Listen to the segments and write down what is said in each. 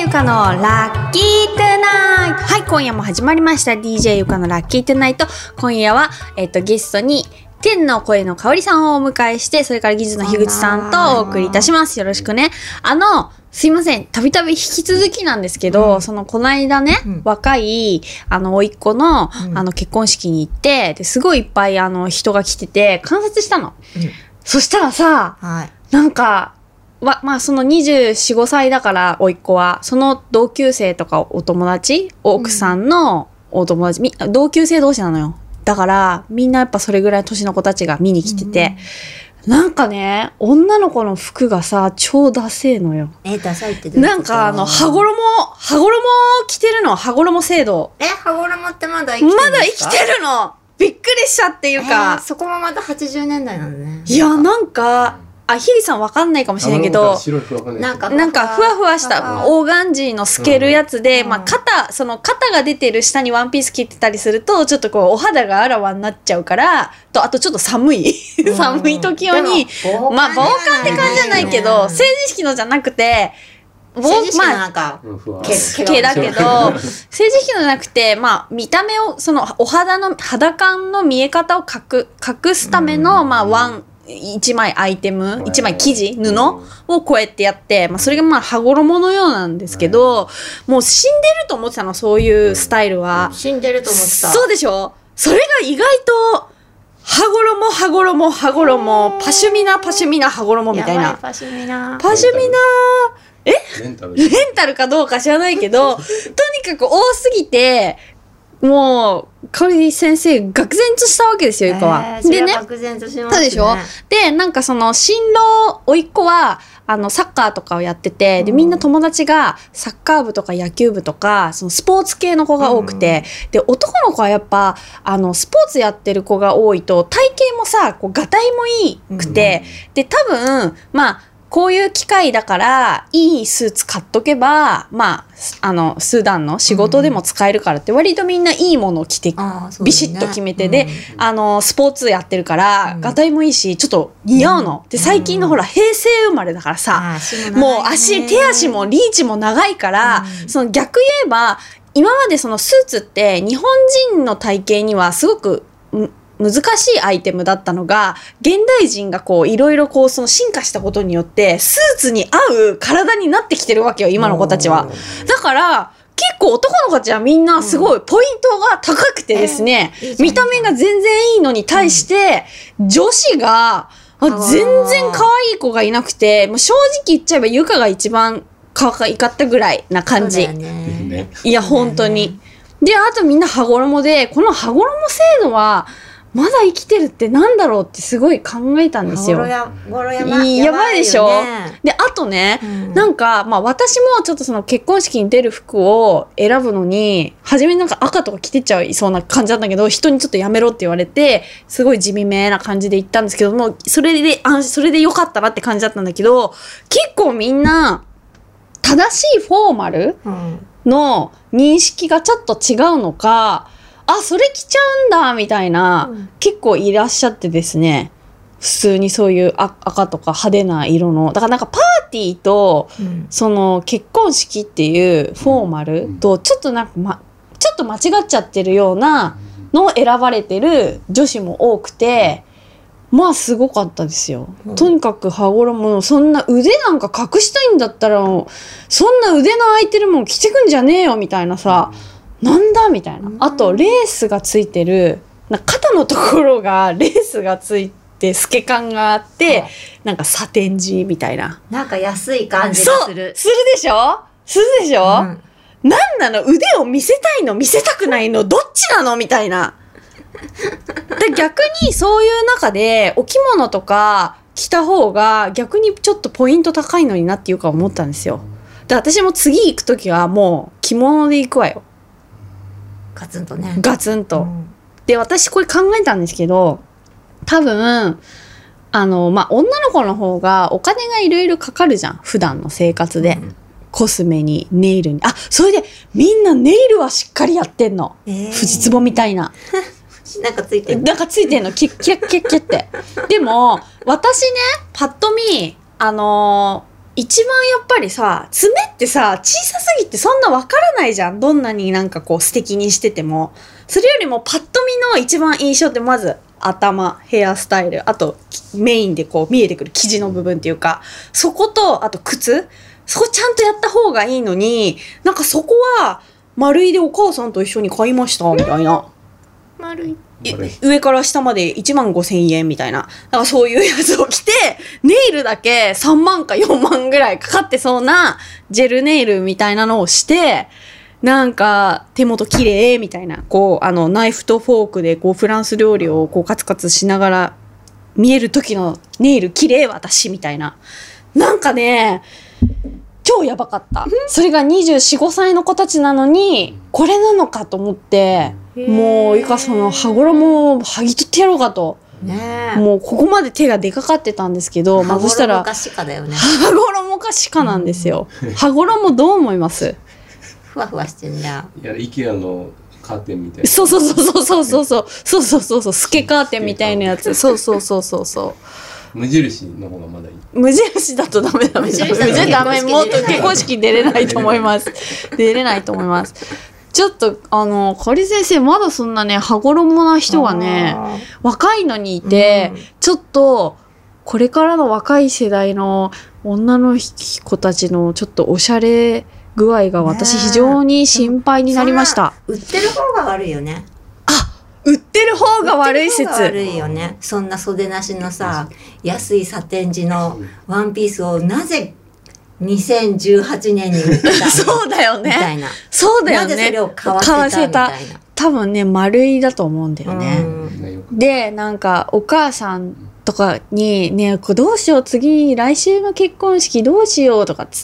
ゆかのラッキートゥナイト。はい、今夜も始まりました DJ ゆかのラッキートゥナイト。今夜は、ゲストに天の声の香りさんをお迎えして、それから技術の樋口さんとお送りいたします。よろしくね。すいません、たびたび引き続きなんですけど、この間ね、若い甥っ子の、結婚式に行って、ですごいいっぱい人が来てて観察したの。そしたらさ、なんかその24、5歳だから甥っ子はその同級生とかお友達、奥さんのお友達、同級生同士なのよ。だからみんなやっぱそれぐらい年の子たちが見に来てて、なんかね、女の子の服がさ超ダセーのよ。 ダサいってどういうこと？ なんか羽衣着てるの。羽衣制度。 羽衣ってまだ生きてるんですか？ まだ生きてるの。びっくりしたっていうか、 そこもまた80年代なのね。 いや、なんかヒリさんわかんないかもしれないけど、なんかふわふわしたオーガンジーの透けるやつで、肩が出てる下にワンピース着てたりするとちょっとこうお肌があらわになっちゃうから、あとちょっと寒い寒い時用に、防寒って感じじゃないけど、成人式のじゃなくて、 成人式のなんか毛だけど成人式のじゃなくて、見た目をお肌の肌感の見え方を隠すための、一枚アイテム、一枚生地、布をこうやってやって、それが羽衣のようなんですけど、もう死んでると思ってたの、そういうスタイルは。 死んでると思ってた。 そうでしょ？それが意外と羽衣、パシュミナ羽衣みたいな。 パシュミナレンタルかどうか知らないけどとにかく多すぎて、もう香織先生愕然としたわけですよ、ゆかは。 でね、愕然としますね。 そうでしょ。で、なんか新郎甥っ子はサッカーとかをやってて、でみんな友達がサッカー部とか野球部とかスポーツ系の子が多くて、で男の子はやっぱスポーツやってる子が多いと体型もさ、こうがたいもいいくて、で多分こういう機会だからいいスーツ買っとけば、スーダンの仕事でも使えるからって割とみんないいものを着て、ビシッと決めて、でスポーツやってるからがたいもいいしちょっと似合うの。で最近のほら平成生まれだからさ、もう手足もリーチも長いから、逆言えば今までスーツって日本人の体型にはすごく難しいアイテムだったのが、現代人がいろいろ進化したことによってスーツに合う体になってきてるわけよ、今の子たちは。だから結構男の子たちはみんなすごいポイントが高くてですね、見た目が全然いいのに対して、女子が全然可愛い子がいなくて、もう正直言っちゃえばゆかが一番可愛かったぐらいな感じ。いや本当に。で、あとみんな羽衣で、この羽衣制度はまだ生きてるってなんだろうってすごい考えたんですよ。やばいでしょ。で、あとね、なんか私もちょっと結婚式に出る服を選ぶのに初めなんか赤とか着てっちゃいそうな感じだったんだけど、人にちょっとやめろって言われてすごい地味めな感じで行ったんですけども、それでよかったなって感じだったんだけど、結構みんな正しいフォーマルの認識がちょっと違うのか、それ着ちゃうんだみたいな、結構いらっしゃってですね、普通にそういう赤とか派手な色の、だからなんかパーティーと、結婚式っていうフォーマルとちょっとなんか、ちょっと間違っちゃってるようなのを選ばれてる女子も多くて、すごかったですよ。とにかく羽衣、そんな腕なんか隠したいんだったら、そんな腕の空いてるもん着てくんじゃねえよみたいなさ、なんだみたいな。あとレースがついてる、肩のところがレースがついて透け感があって、なんかサテン地みたいな。 なんか安い感じがする。 するでしょ。なんなの、腕を見せたいの見せたくないのどっちなのみたいな。で逆にそういう中でお着物とか着た方が逆にちょっとポイント高いのになっていうか思ったんですよ。で私も次行くときはもう着物で行くわよ。 ガツンとね。 ガツンと。で私これ考えたんですけど、多分女の子の方がお金がいろいろかかるじゃん、普段の生活で。コスメにネイルに、それでみんなネイルはしっかりやってんの、藤壺みたいななんかついてるの、キラッキラッキラッって。でも私ね、パッと見一番やっぱりさ、爪ってさ、小さすぎてそんなわからないじゃん。どんなになんかこう素敵にしてても。それよりもパッと見の一番印象ってまず頭、ヘアスタイル、あとメインでこう見えてくる生地の部分っていうか、そこと、あと靴。そこちゃんとやった方がいいのに、なんかそこは丸いでお母さんと一緒に買いましたみたいな。 丸い。 上から下まで15,000円みたいな。なんかそういうやつを着て、ネイルだけ3万か4万ぐらいかかってそうなジェルネイルみたいなのをして、なんか手元綺麗みたいな、こうナイフとフォークでこうフランス料理をこうカツカツしながら見える時のネイル綺麗私みたいな。なんかね、超やばかった。それが24、5歳の子たちなのに、これなのかと思って、もうゆかさんの羽衣を剥ぎ取ってやろうかと。 ねもうここまで手が出かかってたんですけど、まあそしたら、 羽衣か鹿だよね。 羽衣か鹿なんですよ。羽衣どう思います？ ふわふわしてんだ。 いや、IKEA のカーテンみたいな。 そうそうそうそうそうそうそうそうそうそう、透けカーテンみたいなやつ。そうそうそうそうそう。 無印の方がまだいい。 無印だとダメダメ。無印だとダメ。もっと結婚式出れないと思います。出れないと思います。ちょっと堀先生まだそんなね羽衣な人がね若いのにいて、ちょっとこれからの若い世代の女の子たちのちょっとおしゃれ具合が私非常に心配になりました。 売ってる方が悪いよね。 売ってる方が悪い説。 悪いよね。そんな袖なしのさ、安いサテン地のワンピースをなぜ2018年に売ったそうだよね。 みたいな。 そうだよね。 なぜそれを買わせたみたいな。 多分ね、丸いだと思うんだよね。で、なんかお母さんとかにね、これどうしよう、次来週の結婚式どうしようとかっつって、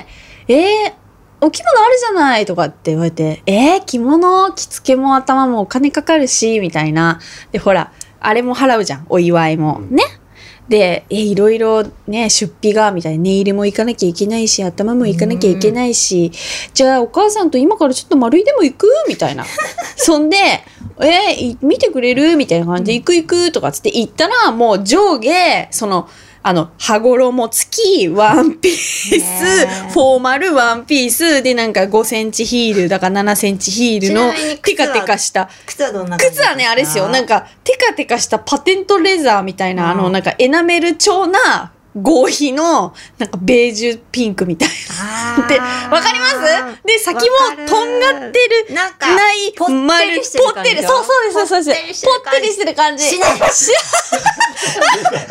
お着物あるじゃないとかって言われて、着物、着付けも頭もお金かかるし、みたいな。で、ほら、あれも払うじゃん、お祝いも。ね。で、いろいろね、出費が、みたいな、ネイルも行かなきゃいけないし、頭も行かなきゃいけないし、じゃあお母さんと今からちょっと丸いでも行くみたいな。そんで、見てくれるみたいな感じで、行くとかつって行ったら、もう上下、羽衣付きワンピース、フォーマルワンピースでなんか5センチヒールだから7センチヒールのテカテカした。 靴はどんな感じですか？ 靴はね、あれですよ。なんかテカテカしたパテントレザーみたいな、なんかエナメル調な合皮のなんかベージュピンクみたいな。で、わかります？で、先もとんがってるなんかないぽってりしてる感じ。 ぽってり、そうです。ぽってりしてる感じ。 しね。 出た、天の声さん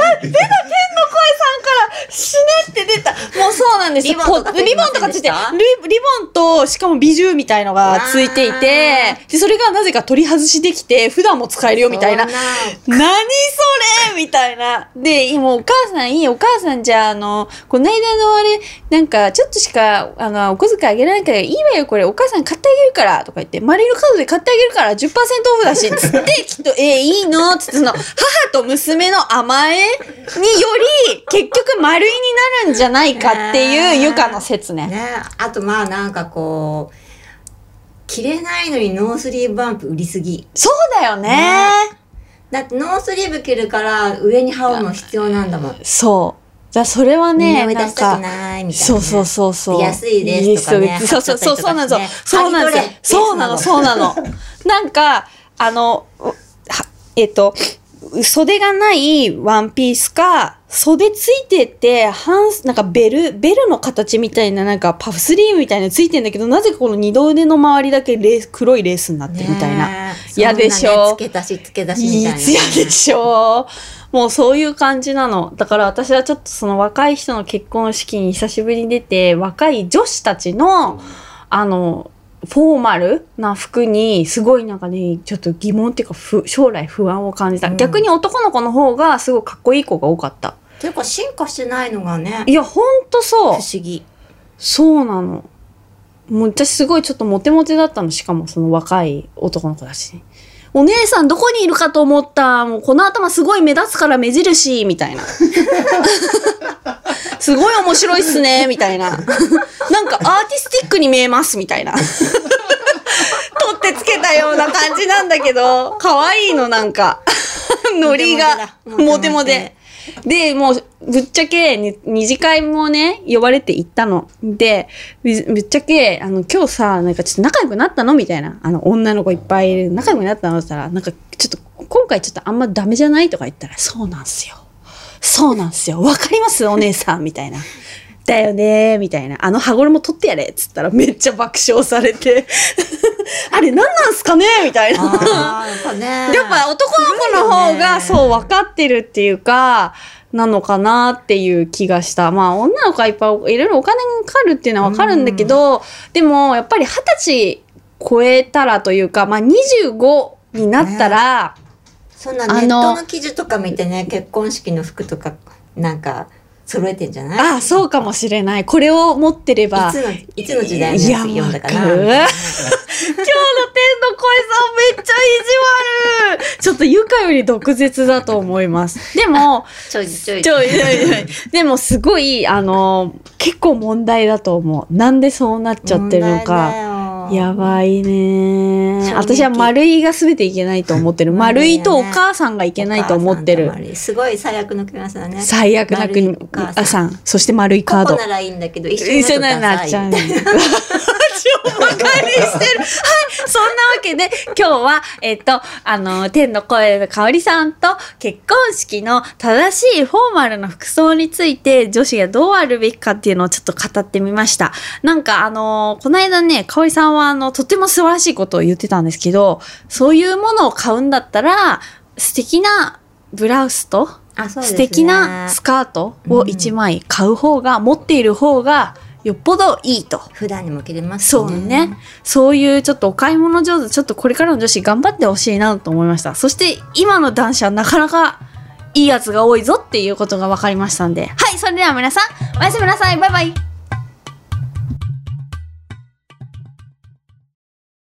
から死ねって出た。もうそうなんですよ。 リボンとかついてリボンとかついて、リボンとしかもビジューみたいのがついていて、でそれがなぜか取り外しできて普段も使えるよみたいな。何それみたいな。で、今お母さんじゃあこの間のあれなんかちょっとしかお小遣いあげられないからいいわよこれお母さん買ってあげるからとか言って丸色カードで買ってあげるから 10% オフだしつってきっといいのつって母と娘の甘えにより結局丸いになるんじゃないかっていうゆかの説ね。 あとまあなんかこう着れないのにノースリーブバンプ売りすぎ。 そうだよね。 だってノースリーブ着るから上に羽織るの必要なんだもん。 そう。じゃあそれはね、 なんかそう安いですとかね。 そうなの。なんか袖がないワンピースか袖ついててなんかベルの形みたいななんかパフスリーブみたいなのついてんだけどなぜかこの二の腕の周りだけ黒いレースになってるみたいな。嫌でしょ。 付け出しみたいな。 嫌でしょ。もうそういう感じなの。だから私はちょっとその若い人の結婚式に久しぶりに出て若い女子たちのフォーマルな服にすごいなんかねちょっと疑問っていうか将来不安を感じた、逆に男の子の方がすごいかっこいい子が多かった。 ていうか進化してないのがね。 いやほんとそう。不思議。 そうなの。もう私すごいちょっとモテモテだったの。しかもその若い男の子だし、お姉さんどこにいるかと思った。もうこの頭すごい目立つから目印みたいな。すごい面白いっすねみたいな。なんかアーティスティックに見えますみたいな。取ってつけたような感じなんだけど可愛いのなんかノリがモテモテ。 で、もう、ぶっちゃけ、二次会もね、呼ばれて行ったの。で、ぶっちゃけ、今日さ、なんかちょっと仲良くなったのみたいな。女の子いっぱいいる。仲良くなったのって言ったら、なんか、ちょっと、今回ちょっとあんまダメじゃないとか言ったら、そうなんすよ。そうなんすよ。わかりますお姉さんみたいな。だよねみたいな。羽衣取ってやれっつったらめっちゃ爆笑されて。あれ何なんすかねみたいな。 やっぱね。 やっぱ男の子の方がそう分かってるっていうか、なのかなっていう気がした。まあ女の子はいっぱいいろいろお金がかかるっていうのは分かるんだけど、でもやっぱり20歳超えたらというか、まあ25になったら、 そんなネットの記事とか見てね、結婚式の服とかなんか揃えてんじゃない？ ああ、そうかもしれない。これを持ってれば。 いつの時代のやつ読んだかな。 今日の天の声さんめっちゃ意地悪。ちょっとゆかより毒舌だと思います。でも、 ちょい。 でもすごい、結構問題だと思う。なんでそうなっちゃってるのか。やばいね。私は丸いが全ていけないと思ってる。丸いとお母さんがいけないと思ってる。 すごい最悪の組み合わせだね。 最悪な国お母さん。そして丸いカード。 ここならいいんだけど、一緒になっちゃう。 超バカにしてる。はい、そんなわけで、今日は、天の声の香織さんと結婚式の正しいフォーマルな服装について女子がどうあるべきかっていうのをちょっと語ってみました。なんかこの間ね、香織さんはとても素晴らしいことを言ってたんですけど、そういうものを買うんだったら、素敵なブラウスと、素敵なスカートを1枚買う方が、持っている方が、よっぽどいいと。 普段にも着れますね。 そうね。そういうちょっとお買い物上手、ちょっとこれからの女子頑張ってほしいなと思いました。そして今の男子はなかなかいいやつが多いぞっていうことが分かりましたんで。はい、それでは皆さん、おやすみなさい。バイバイ。